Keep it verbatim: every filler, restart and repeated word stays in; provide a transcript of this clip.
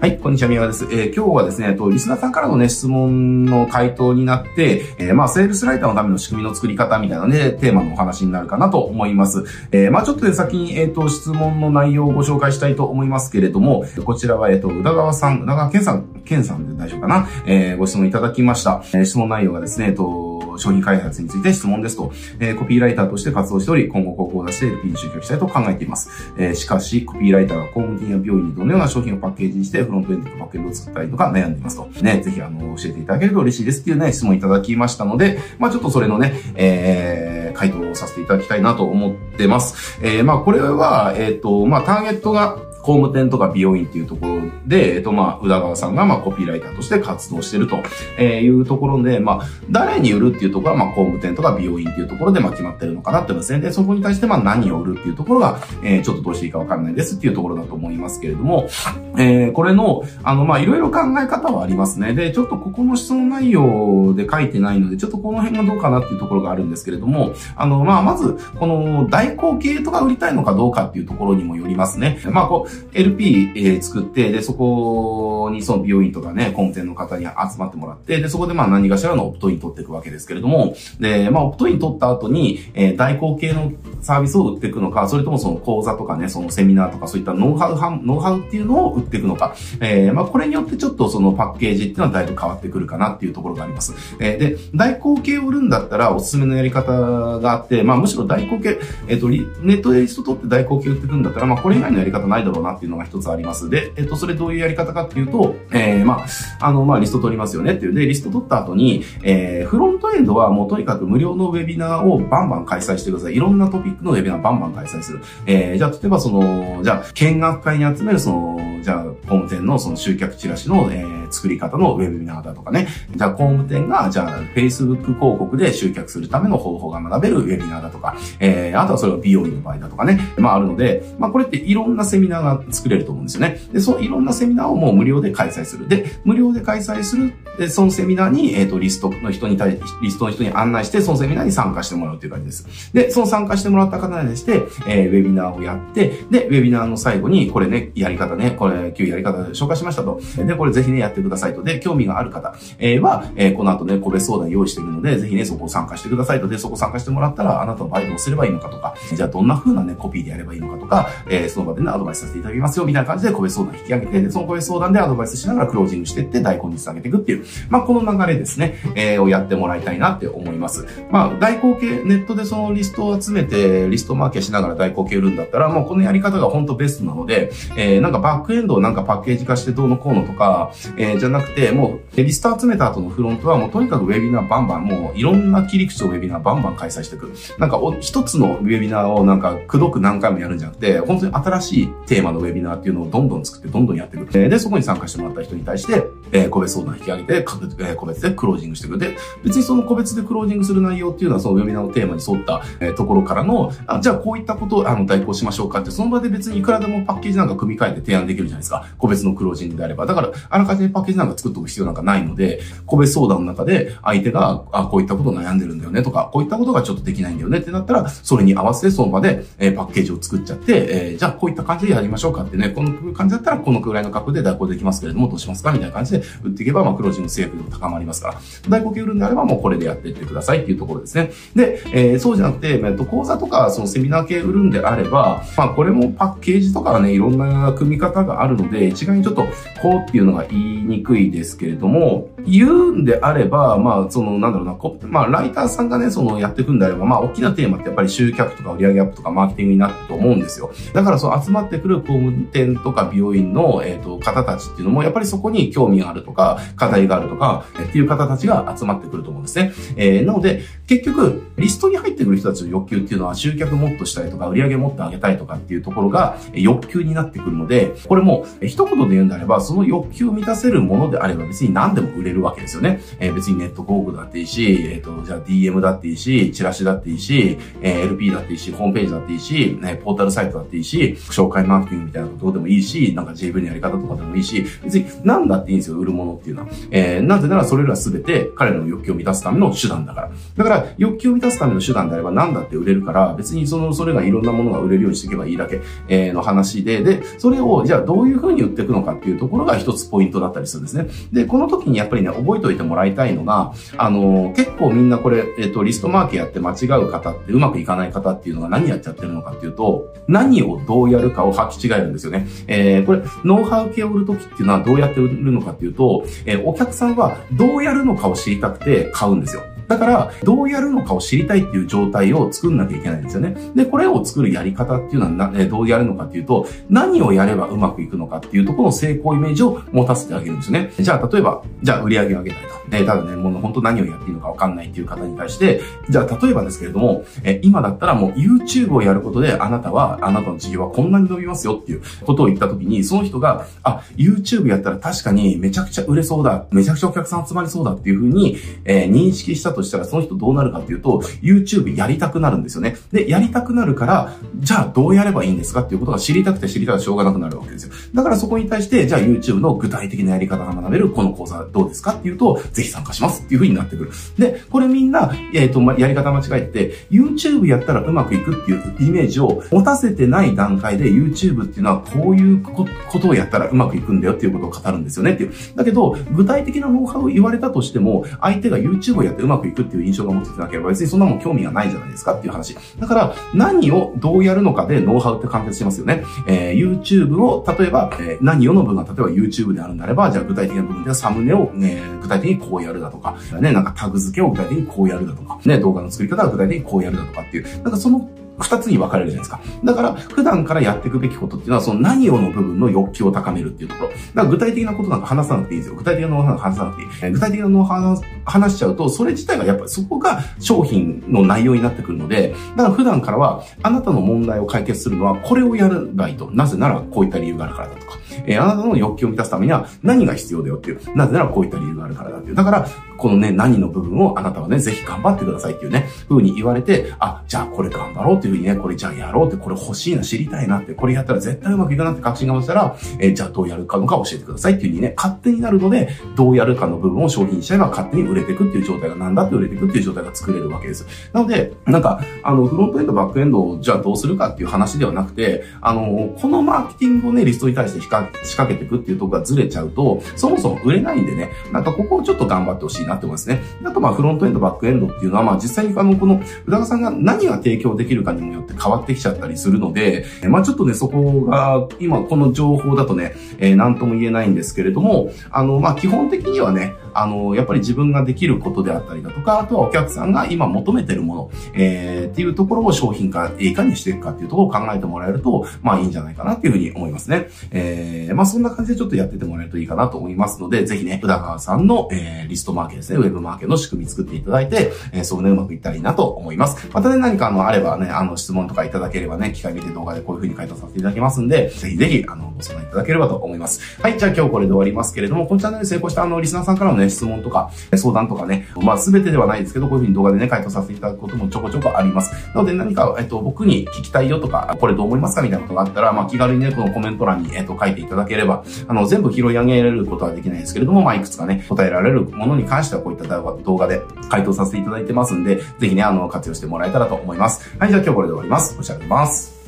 はい、こんにちは、宮川です。えー、今日はですね、とリスナーさんからのね、質問の回答になって、えー、まあ、セールスライターのための仕組みの作り方みたいなね、テーマのお話になるかなと思います。えー、まあ、ちょっとで先に、えっと、質問の内容をご紹介したいと思いますけれども、こちらは、えっと、宇田川さん、宇田川健さん、健さんで大丈夫かな、えー、ご質問いただきました。えー、質問内容がですね、えっと、商品開発について質問ですと、えー、コピーライターとして活動しており、今後広告を出して エルピー に集客したいと考えています。えー、しかし、コピーライターが工務店や病院にどのような商品をパッケージにして、フロントエンドとバックエンドを作ったりとか悩んでいますと。ね、ぜひ、あの、教えていただけると嬉しいですっていうね、質問いただきましたので、まあちょっとそれのね、えー、回答をさせていただきたいなと思ってます。えー、まあこれは、えっと、まあターゲットが、工務店とか美容院っていうところで、えっと、まあ、宇田川さんが、まあ、コピーライターとして活動してるというところで、まあ、誰に売るっていうところは、まあ、工務店とか美容院っていうところで、まあ、決まってるのかなっていうですね。で、そこに対して、まあ、何を売るっていうところが、えー、ちょっとどうしていいかわかんないですっていうところだと思いますけれども、えー、これの、あの、まあ、いろいろ考え方はありますね。で、ちょっとここの質問内容で書いてないので、ちょっとこの辺がどうかなっていうところがあるんですけれども、あの、まあ、まず、この代行系とか売りたいのかどうかっていうところにもよりますね。まあ、こう、エルピー、えー、作って、で、そこにその美容院とかね、工務店の方に集まってもらって、で、そこでまあ何かしらのオプトイン取っていくわけですけれども、で、まあオプトイン取った後に、えー、代行系のサービスを売っていくのか、それともその講座とかね、そのセミナーとかそういったノウハウ、ノウハウっていうのを売っていくのか、えー、まあこれによってちょっとそのパッケージっていうのはだいぶ変わってくるかなっていうところがあります。えー、で、代行系を売るんだったらおすすめのやり方があって、まあむしろ代行系、えっと、ネットでリスト取って代行系売っていくんだったら、まあこれ以外のやり方ないだろうなっていうのが一つあります。で、えっと、それどういうやり方かっていうと、えー、まあ、あの、まあ、リスト取りますよねっていう。で、リスト取った後に、えー、フロントエンドはもうとにかく無料のウェビナーをバンバン開催してください。いろんなトピックのウェビナーバンバン開催する。えー、じゃあ、例えばその、じゃあ、見学会に集めるその、じゃあ、工務店のその集客チラシの、えー、作り方のウェビナーだとかね。じゃあ、工務店が、じゃあ、Facebook 広告で集客するための方法が学べるウェビナーだとか、えー、あとはそれは美容院の場合だとかね。まあ、あるので、まあ、これっていろんなセミナーが作れると思うんですよね。で、そういろんなセミナーをもう無料で開催する。で、無料で開催する。で、そのセミナーに、えっと、リストの人に対、リストの人に案内して、そのセミナーに参加してもらうという感じです。で、その参加してもらった方に対して、えー、ウェビナーをやって、で、ウェビナーの最後に、これね、やり方ね、これ、旧やり方で紹介しましたと。で、これぜひね、やってくださいと。で、興味がある方、えー、は、えー、この後ね、個別相談用意しているので、ぜひね、そこを参加してくださいと。で、そこ参加してもらったら、あなたの場合どうすればいいのかとか、じゃあどんな風なね、コピーでやればいいのかとか、えー、その場でね、アドバイスさせていただきますよ、みたいな感じで個別相談引き上げて、で、その個別相談でアドバイスしながらクロージングしていって代行につなげていくっていう、まあ、この流れですね、えー、をやってもらいたいなって思います。まあ、代行系、ネットでそのリストを集めて、リストマーケしながら代行系売るんだったら、もうこのやり方が本当ベストなので、えー、なんかバックエンドをなんかパッケージ化してどうのこうのとか、えー、じゃなくて、もう、リスト集めた後のフロントはもうとにかくウェビナーバンバン、もういろんな切り口をウェビナーバンバン開催していく。なんか一つのウェビナーをなんかくどく何回もやるんじゃなくて、本当に新しいテーマのウェビナーっていうのをどんどん作ってどんどんやっていく。で、そこに参加してもらった人に対して、えー、個別相談引き上げて、個別でクロージングしていく。で、別にその個別でクロージングする内容っていうのはそのウェビナーのテーマに沿った、えー、ところからの、あ、じゃあこういったことをあの代行しましょうかって、その場で別にいくらでもパッケージなんか組み替えて提案できるじゃないですか。個別のクロージングであれば。だから、あらかじめパッケージなんか作っておく必要なんかないので、個別相談の中で相手が、あ、こういったこと悩んでるんだよねとか、こういったことがちょっとできないんだよねってなったら、それに合わせてその場で、えー、パッケージを作っちゃって、えー、じゃあこういった感じでやりましょうかってね、この感じだったらこのくらいの額で代行できますけれども、どうしますかみたいな感じで売っていけば、まあ、クロージング制約も高まりますから、代行系売るんであればもうこれでやっていってくださいっていうところですね。で、えー、そうじゃなくて、えっと、講座とかそのセミナー系売るんであれば、まあ、これもパッケージとかはね、いろんな組み方があるので、一概にちょっとこうっていうのが言いにくいですけれども、言うんであれば、まあ、その、なんだろうな、こまあ、ライターさんがね、その、やっていくんであれば、まあ、大きなテーマってやっぱり集客とか売上アップとかマーケティングになると思うんですよ。だから、そう、集まってくる工務店とか美容院の、えっと、方たちっていうのも、やっぱりそこに興味があるとか、課題があるとか、っていう方たちが集まってくると思うんですね。えー、なので、結局、リストに入ってくる人たちの欲求っていうのは、集客もっとしたいとか、売上もっと上げたいとかっていうところが欲求になってくるので、これも、一言で言うんであれば、その欲求を満たせるものであれば別に何でも売れるわけですよね。えー、別にネット広告だっていいし、えっと、じゃあ ディーエム だっていいし、チラシだっていいし、えー、エルピー だっていいし、ホームページだっていいし、ね、ポータルサイトだっていいし、紹介マーケティングみたいなことでもいいし、なんか ジェーブイ のやり方とかでもいいし、別に何だっていいんですよ、売るものっていうのは。ええー、なぜならそれらすべて彼らの欲求を満たすための手段だから。だから欲求を満たすための手段であれば何だって売れるから、別にその、それがいろんなものが売れるようにしていけばいいだけ、えー、の話で、で、それをじゃあどういうふうに売っていくのかっていうところが一つポイントだったりするんですね。で、この時にやっぱりね、覚えておいてもらいたいのが、あのー、結構みんなこれ、えっと、リストマーケやって間違う方ってうまくいかない方っていうのが何やっちゃってるのかっていうと、何をどうやるかを履き違えるんですよね。えー、これ、ノウハウ系を売る時っていうのはどうやって売るのかっていうと、えー、お客さんはどうやるのかを知りたくて買うんですよ。だから、どうやるのかを知りたいっていう状態を作んなきゃいけないんですよね。で、これを作るやり方っていうのはな、どうやるのかっていうと、何をやればうまくいくのかっていうところの成功イメージを持たせてあげるんですよね。じゃあ、例えば、じゃあ売り上げを上げたいと。えー、ただね、もう本当何をやっていいのかわかんないっていう方に対して、じゃあ、例えばですけれども、えー、今だったらもう YouTube をやることで、あなたは、あなたの事業はこんなに伸びますよっていうことを言ったときに、その人が、あ、YouTube やったら確かにめちゃくちゃ売れそうだ、めちゃくちゃお客さん集まりそうだっていうふうに、えー、認識したとしたら、その人どうなるかっていうと、YouTube やりたくなるんですよね。で、やりたくなるから、じゃあどうやればいいんですかっていうことが知りたくて知りたくてしょうがなくなるわけですよ。だからそこに対して、じゃあ YouTube の具体的なやり方が学べるこの講座どうですかっていうと、ぜひ参加しますっていう風になってくる。で、これみんな、えっと、やり方間違えて、YouTube やったらうまくいくっていうイメージを持たせてない段階で YouTube っていうのはこういうことをやったらうまくいくんだよっていうことを語るんですよねっていう。だけど、具体的なノウハウを言われたとしても、相手が YouTube をやってうまくいくっていう印象が持ってなければ別にそんなもん興味がないじゃないですかっていう話。だから、何をどうやるのかでノウハウって完結しますよね。えー、YouTube を、例えば、えー、何をの部分が例えば YouTube であるんであれば、じゃあ具体的な部分ではサムネを、ね、具体的にこうやるだとか、ね、なんかタグ付けを具体的にこうやるだとか、ね、動画の作り方は具体的にこうやるだとかっていう、なんかその二つに分かれるじゃないですか。だから、普段からやっていくべきことっていうのは、その何をの部分の欲求を高めるっていうところ。だから具体的なことなんか話さなくていいんですよ。具体的なノウハウ話さなくていい。えー、具体的なノウハウ話しちゃうと、それ自体がやっぱりそこが商品の内容になってくるので、だから普段からは、あなたの問題を解決するのは、これをやるがいいと。なぜなら、こういった理由があるからだとか。えー、あなたの欲求を満たすためには何が必要だよっていう。なぜならこういった理由があるからだっていう。だから、このね、何の部分をあなたはね、ぜひ頑張ってくださいっていうね、風に言われて、あ、じゃあこれ頑張ろうっていう風にね、これじゃあやろうって、これ欲しいな、知りたいなって、これやったら絶対うまくいくなって確信が持ったら、えー、じゃあどうやるかのか教えてくださいっていう風にね、勝手になるので、どうやるかの部分を商品にしちゃえば勝手に売れていくっていう状態がなんだって売れていくっていう状態が作れるわけです。なので、なんか、あの、フロントエンド、バックエンドをじゃあどうするかっていう話ではなくて、あの、このマーケティングをね、リストに対して仕掛けていくっていうところがずれちゃうと、そもそも売れないんでね、なんかここをちょっと頑張ってほしいなって思いますね。あとまあフロントエンド、バックエンドっていうのはまあ実際にあの、この宇高さんが何が提供できるかにもよって変わってきちゃったりするので、まあちょっとね、そこが今この情報だとね、えー、なんとも言えないんですけれども、あの、まあ基本的にはね、あの、やっぱり自分ができることであったりだとか、あとはお客さんが今求めてるもの、えー、っていうところを商品化、いかにしていくかっていうところを考えてもらえると、まあいいんじゃないかなっていうふうに思いますね。えー、まあそんな感じでちょっとやっててもらえるといいかなと思いますので、ぜひね、宇高さんの、えー、リストマーケですね、ウェブマーケの仕組み作っていただいて、えー、そうね、うまくいったらいいなと思います。またね、何かあの、あればね、あの、質問とかいただければね、機会見て動画でこういうふうに回答させていただきますんで、ぜひぜひ、あの、ご相談いただければと思います。はい、じゃあ今日これで終わりますけれども、このチャンネルで成功したあの、リスナーさんからのね、質問とか、相談とかね、まあ全てではないですけど、こういうふうに動画でね、回答させていただくこともちょこちょこあります。なので何か、えっと、僕に聞きたいよとか、これどう思いますかみたいなことがあったら、まあ気軽にね、このコメント欄に、えっと、書いていただければ、あの、全部拾い上げられることはできないですけれども、まあいくつかね、答えられるものに関してはこういった動画で回答させていただいてますんで、ぜひね、あの、活用してもらえたらと思います。はい、じゃあ今日これで終わります。お疲れ様です。